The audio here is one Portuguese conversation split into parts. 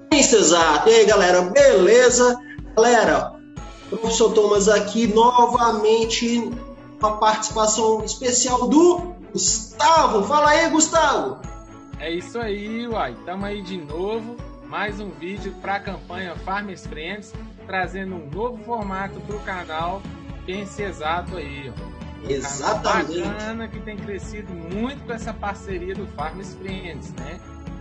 Isso, exato. E aí, galera, beleza? Galera, o professor Thomas aqui novamente, uma participação especial do Gustavo. Fala aí, Gustavo. É isso aí, uai. Estamos aí de novo. Mais um vídeo para a campanha Farmers Friends, trazendo um novo formato para o canal Pense Exato aí, ó. Exatamente. Bacana, que tem crescido muito com essa parceria do Farmers Friends, né?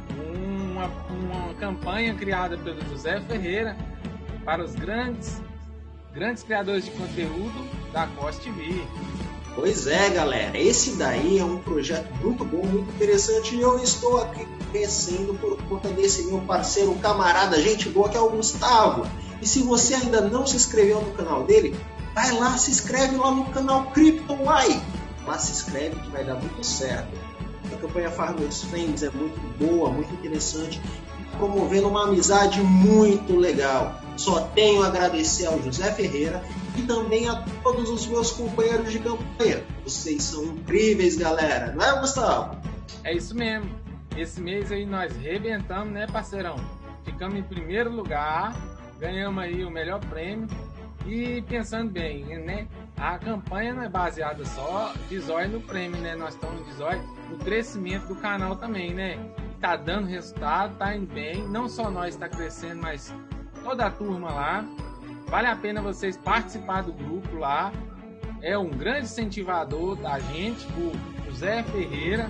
Uma campanha criada pelo José Ferreira para os grandes criadores de conteúdo da Cost TV. Pois é, galera, esse daí é um projeto muito bom, muito interessante, e eu estou aqui crescendo por conta desse meu parceiro, camarada, gente boa, que é o Gustavo. E se você ainda não se inscreveu no canal dele, vai lá, se inscreve lá no canal CryptoY. Lá se inscreve que vai dar muito certo. A campanha Farmers Friends é muito boa, muito interessante, promovendo uma amizade muito legal. Só tenho a agradecer ao José Ferreira e também a todos os meus companheiros de campanha. Vocês são incríveis, galera. Não é, Gustavo? É isso mesmo. Esse mês aí nós rebentamos, né, parceirão? Ficamos em primeiro lugar, ganhamos aí o melhor prêmio. E pensando bem, né, a campanha não é baseada só de zóio no prêmio, né? Nós estamos de zóio no crescimento do canal também, né? Tá dando resultado, tá indo bem. Não só nós está crescendo, mas toda a turma lá. Vale a pena vocês participar do grupo lá. É um grande incentivador da gente, o José Ferreira,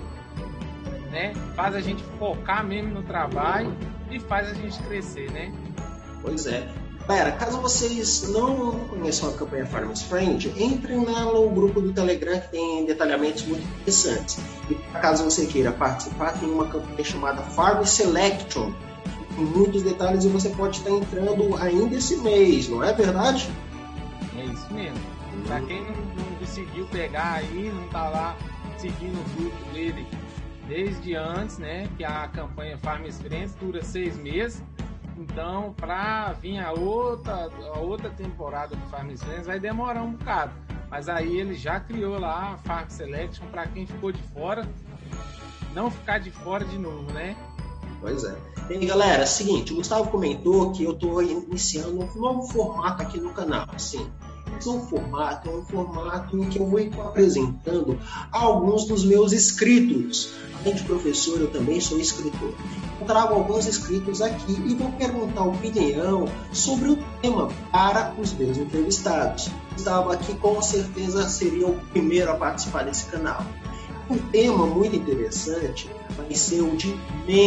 né? Faz a gente focar mesmo no trabalho e faz a gente crescer, né? Pois é. Galera, caso vocês não conheçam a campanha Farmers Friend, entrem no grupo do Telegram, que tem detalhamentos muito interessantes. E caso você queira participar, tem uma campanha chamada Farm Selection, com muitos detalhes, e você pode estar entrando ainda esse mês, não é verdade? É isso mesmo. Para quem não conseguiu pegar aí, não tá lá seguindo o grupo dele desde antes, né? Que a campanha Farmers Friends dura 6 meses. Então, para vir a outra temporada do Farmers Friends vai demorar um bocado. Mas aí ele já criou lá a Farm Selection para quem ficou de fora, não ficar de fora de novo, né? Pois é. E aí, galera, é o seguinte, o Gustavo comentou que eu estou iniciando um novo formato aqui no canal. Sim, esse novo formato é um formato em que eu vou apresentando alguns dos meus inscritos. Além de professor, eu também sou escritor. Eu trago alguns inscritos aqui e vou perguntar opinião sobre o tema para os meus entrevistados. Gustavo aqui com certeza seria o primeiro a participar desse canal. Um tema muito interessante vai ser o de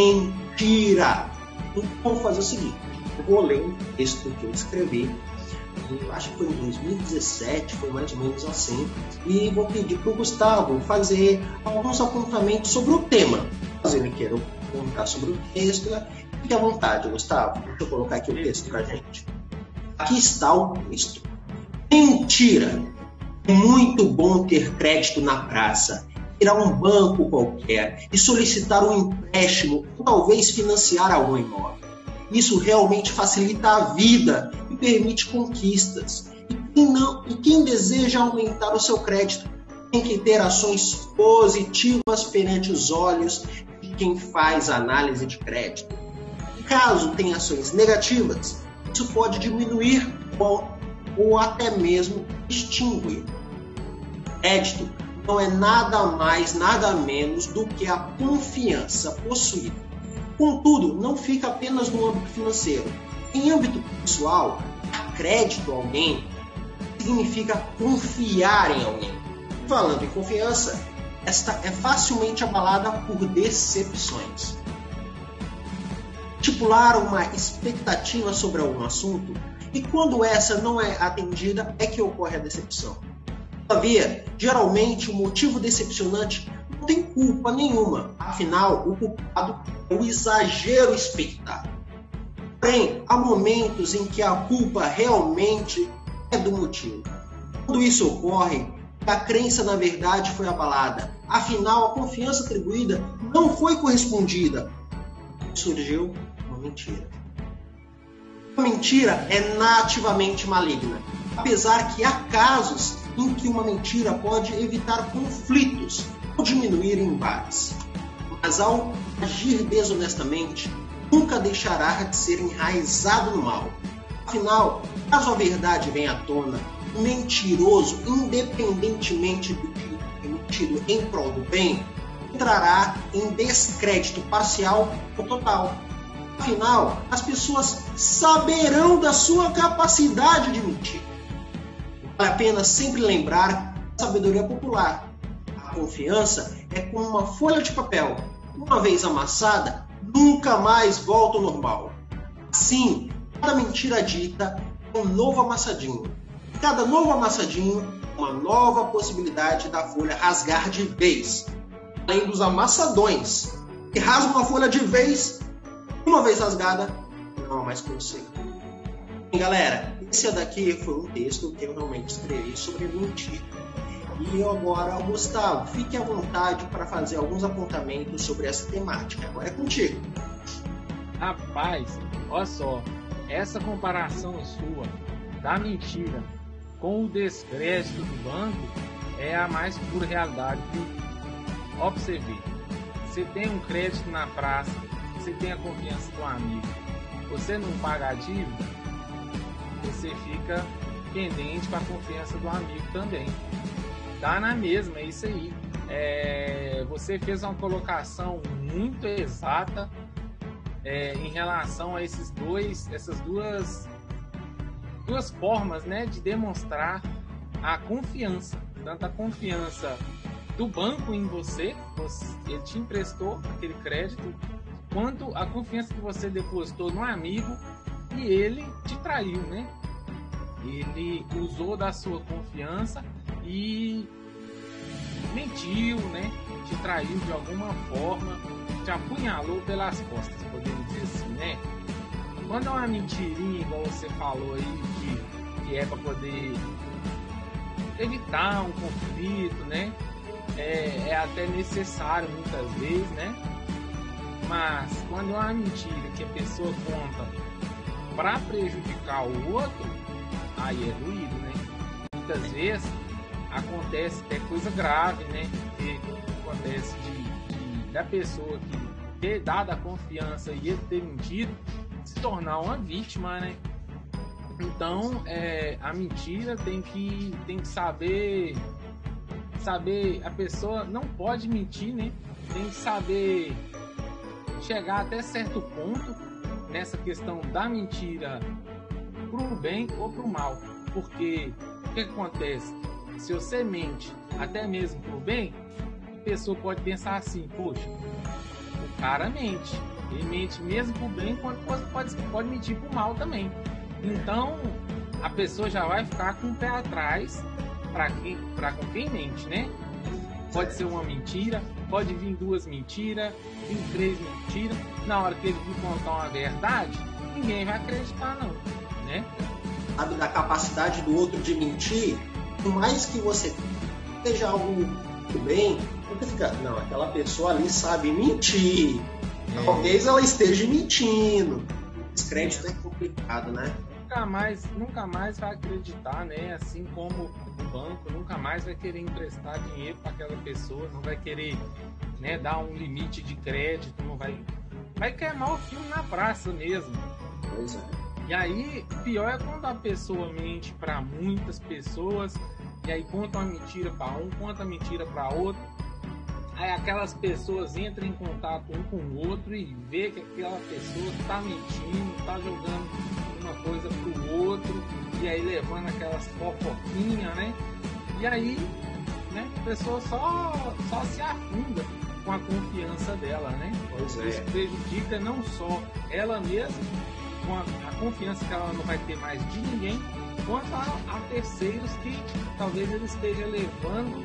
mentira. Então vamos fazer o seguinte, eu vou ler um texto que eu escrevi, eu acho que foi em 2017, foi mais ou menos assim, e vou pedir para o Gustavo fazer alguns apontamentos sobre o tema. Caso ele queira contar sobre o texto, fique à vontade, Gustavo. Deixa eu colocar aqui o texto para a gente. Aqui está o texto. Mentira! É muito bom ter crédito na praça, ir a um banco qualquer e solicitar um empréstimo ou talvez financiar algum imóvel. Isso realmente facilita a vida e permite conquistas. E quem deseja aumentar o seu crédito tem que ter ações positivas perante os olhos de quem faz análise de crédito. Caso tenha ações negativas, isso pode diminuir ou até mesmo extinguir. Crédito não é nada mais, nada menos do que a confiança possuída. Contudo, não fica apenas no âmbito financeiro. Em âmbito pessoal, crédito a alguém significa confiar em alguém. Falando em confiança, esta é facilmente abalada por decepções. Estipular uma expectativa sobre algum assunto e quando essa não é atendida é que ocorre a decepção. Todavia, geralmente o motivo decepcionante não tem culpa nenhuma, afinal o culpado é o exagero expectado. Porém, há momentos em que a culpa realmente é do motivo. Quando isso ocorre, a crença na verdade foi abalada, afinal a confiança atribuída não foi correspondida. Surgiu uma mentira. A mentira é nativamente maligna, apesar que há casos em que uma mentira pode evitar conflitos ou diminuir embates. Mas ao agir desonestamente, nunca deixará de ser enraizado no mal. Afinal, caso a verdade venha à tona, o mentiroso, independentemente do que é mentido em prol do bem, entrará em descrédito parcial ou total. Afinal, as pessoas saberão da sua capacidade de mentir. Vale a pena sempre lembrar a sabedoria popular. A confiança é como uma folha de papel. Uma vez amassada, nunca mais volta ao normal. Assim, cada mentira dita é um novo amassadinho. Cada novo amassadinho, uma nova possibilidade da folha rasgar de vez. Além dos amassadões, que rasgam uma folha de vez, uma vez rasgada, não há mais conselho. E galera, esse daqui foi um texto que eu realmente escrevi sobre mentir. E agora, Gustavo, fique à vontade para fazer alguns apontamentos sobre essa temática. Agora é contigo. Rapaz, olha só, essa comparação sua da mentira com o descrédito do banco é a mais pura realidade. Ó, pra você ver, você tem um crédito na praça, você tem a confiança do amigo, você não paga a dívida, você fica pendente com a confiança do amigo também. Dá na mesma, é isso aí. Você fez uma colocação muito exata em relação a essas duas formas, né, de demonstrar a confiança. Tanto a confiança do banco em você, ele te emprestou aquele crédito, quanto a confiança que você depositou no amigo e ele te traiu, né? Ele usou da sua confiança e mentiu, né? Te traiu de alguma forma, te apunhalou pelas costas, podemos dizer assim, né? Quando é uma mentirinha, igual você falou aí, que é para poder evitar um conflito, né? É até necessário muitas vezes, né? Mas quando é uma mentira que a pessoa conta para prejudicar o outro, aí é doído, né? Muitas vezes acontece até coisa grave, né? Que acontece da pessoa que ter dado a confiança e ele ter mentido se tornar uma vítima, né? Então, a mentira tem que saber, a pessoa não pode mentir, né? Tem que saber chegar até certo ponto nessa questão da mentira pro bem ou pro mal. Porque o que acontece? Se você mente até mesmo pro bem, a pessoa pode pensar assim, poxa, o cara mente. Ele mente mesmo pro bem, quando pode mentir pro mal também. Então, a pessoa já vai ficar com o pé atrás com quem mente, né? Pode ser uma mentira, pode vir 2 mentiras, vir 3 mentiras. Na hora que ele vir contar uma verdade, ninguém vai acreditar não, né? Sabe da capacidade do outro de mentir? Por mais que você seja algo muito bem, você fica, não, aquela pessoa ali sabe mentir. Talvez ela esteja mentindo. Descrédito é complicado, né? Nunca mais vai acreditar, né? Assim como o banco nunca mais vai querer emprestar dinheiro para aquela pessoa, não vai querer, né, dar um limite de crédito, não vai queimar o filme na praça mesmo. Pois é. E aí, pior é quando a pessoa mente para muitas pessoas, e aí conta uma mentira para um, conta mentira para outro. Aí aquelas pessoas entram em contato um com o outro e vê que aquela pessoa está mentindo, está jogando uma coisa pro outro, e aí levando aquelas fofoquinhas, né? E aí, né, a pessoa só se afunda com a confiança dela, né? Isso prejudica não só ela mesma, com a confiança que ela não vai ter mais de ninguém, quanto a terceiros que talvez ele esteja levando,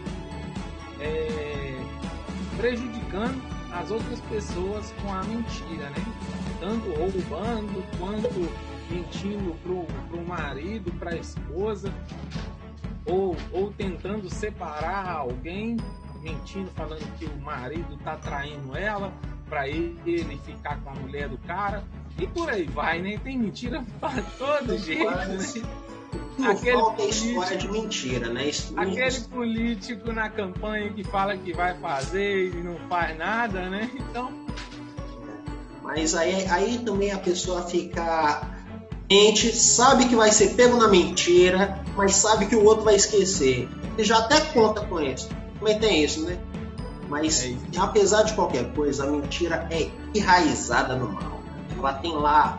prejudicando as outras pessoas com a mentira, né? Tanto roubando quanto mentindo pro marido, pra esposa, ou tentando separar alguém, mentindo, falando que o marido tá traindo ela para ele ficar com a mulher do cara, e por aí vai, né? Tem mentira para todo jeito, né? Aquele história de mentira, né? Aquele político na campanha que fala que vai fazer e não faz nada, né? Então, Mas aí também a pessoa fica mente, sabe que vai ser pego na mentira, mas sabe que o outro vai esquecer. Ele já até conta com isso. Também tem isso, né? Mas apesar de qualquer coisa, a mentira é enraizada no mal. Ela tem lá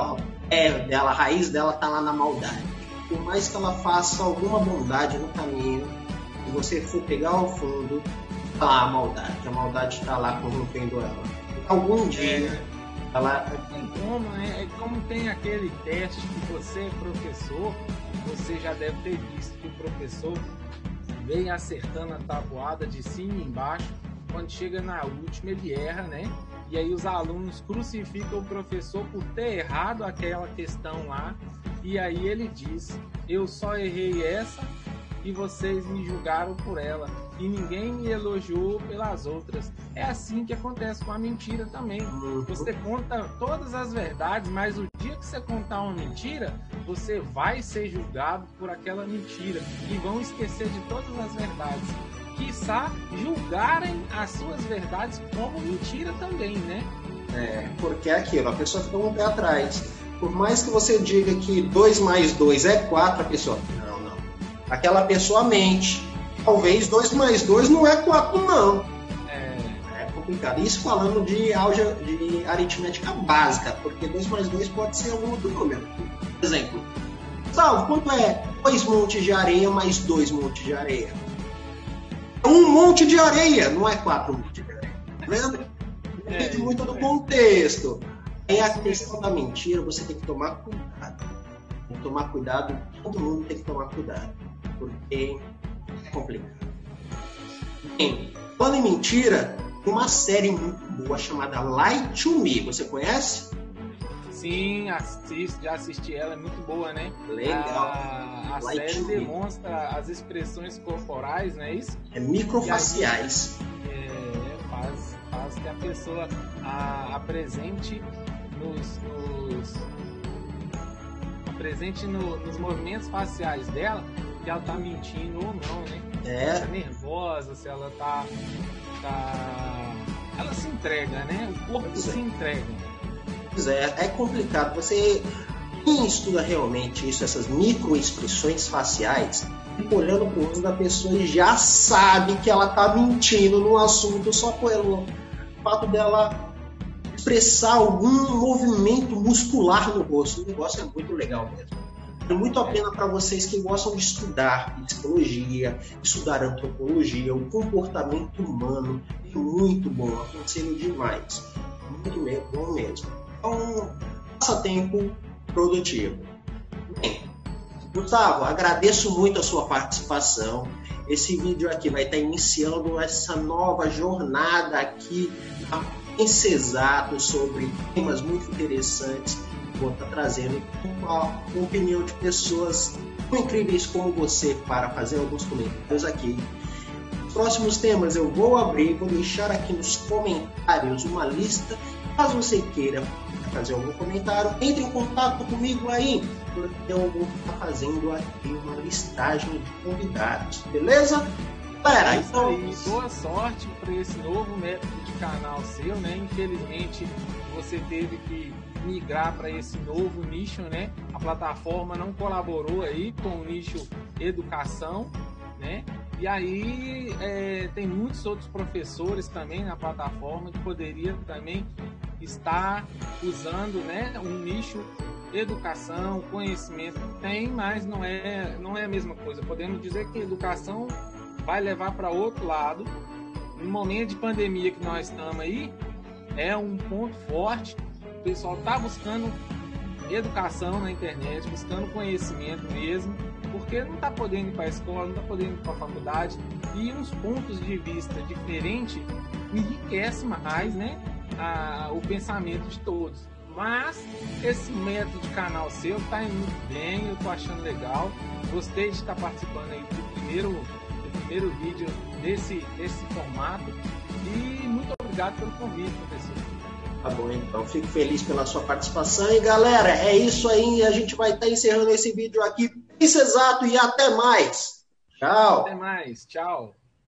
a raiz dela tá lá na maldade. Por mais que ela faça alguma bondade no caminho, se você for pegar ao fundo, tá lá a maldade está lá corrompendo ela. Algum dia ela... Como tem aquele teste que você é professor, você já deve ter visto que o professor vem acertando a tabuada de cima e embaixo. Quando chega na última ele erra, né? E aí os alunos crucificam o professor por ter errado aquela questão lá. E aí ele diz: eu só errei essa e vocês me julgaram por ela. E ninguém me elogiou pelas outras. É assim que acontece com a mentira também. Você conta todas as verdades, mas o dia que você contar uma mentira, você vai ser julgado por aquela mentira. E vão esquecer de todas as verdades. Quiçá julgarem as suas verdades como mentira também, né? Porque é aquilo, a pessoa fica um pé atrás. Por mais que você diga que 2 mais 2 é 4, a pessoa... Não. Aquela pessoa mente. Talvez 2 mais 2 não é 4, não. É complicado. Isso falando de aritmética básica, porque 2 mais 2 pode ser algum outro número. Por exemplo, Salvo, quanto é 2 montes de areia mais 2 montes de areia? 1 monte de areia, não é 4 montes de areia. Tá vendo? Depende muito do contexto. Aí a questão da mentira, você tem que tomar cuidado. Tem que tomar cuidado, todo mundo tem que tomar cuidado. Porque é complicado. Bem, falando em mentira, tem uma série muito boa chamada Lie to Me. Você conhece? Sim, já assisti ela, é muito boa, né? Legal. A série demonstra as expressões corporais, não é isso? Microfaciais. Faz que a pessoa apresente nos movimentos faciais dela que ela tá mentindo ou não, né? Se ela tá nervosa, se ela tá... Ela se entrega, né? O corpo se entrega. Pois é complicado. Quem estuda realmente isso, essas microexpressões faciais, fica olhando pro rosto da pessoa e já sabe que ela tá mentindo no assunto só pelo fato dela expressar algum movimento muscular no rosto. O negócio é muito legal mesmo. Vale muito a pena para vocês que gostam de estudar psicologia, estudar antropologia, o comportamento humano. É muito bom, aconselho demais. Muito bom mesmo. Então, passatempo produtivo. Bem, Gustavo, agradeço muito a sua participação. Esse vídeo aqui vai estar iniciando essa nova jornada aqui na Exato sobre temas muito interessantes. Vou estar trazendo a opinião de pessoas tão incríveis como você para fazer alguns comentários aqui. Os próximos temas eu vou deixar aqui nos comentários uma lista. Caso você queira fazer algum comentário, entre em contato comigo aí, porque eu vou estar fazendo aqui uma listagem de convidados, beleza? Galera, então... aí, boa sorte para esse novo método de canal seu, né? Infelizmente, você teve que migrar para esse novo nicho, né? A plataforma não colaborou aí com o nicho educação, né? E aí tem muitos outros professores também na plataforma que poderia também estar usando, né, um nicho educação, conhecimento. Tem, mas não é a mesma coisa. Podemos dizer que a educação vai levar para outro lado. No momento de pandemia que nós estamos aí, é um ponto forte. O pessoal está buscando educação na internet, buscando conhecimento mesmo, porque não está podendo ir para a escola, não está podendo ir para a faculdade, e uns pontos de vista diferentes enriquece mais, né, o pensamento de todos. Mas esse método de canal seu está indo muito bem, eu estou achando legal, gostei de estar participando aí do primeiro vídeo desse formato, e muito obrigado pelo convite, professor. Tá bom, então fico feliz pela sua participação. E galera, é isso aí, a gente vai estar encerrando esse vídeo aqui. Isso exato, e até mais. Tchau. Até mais, tchau.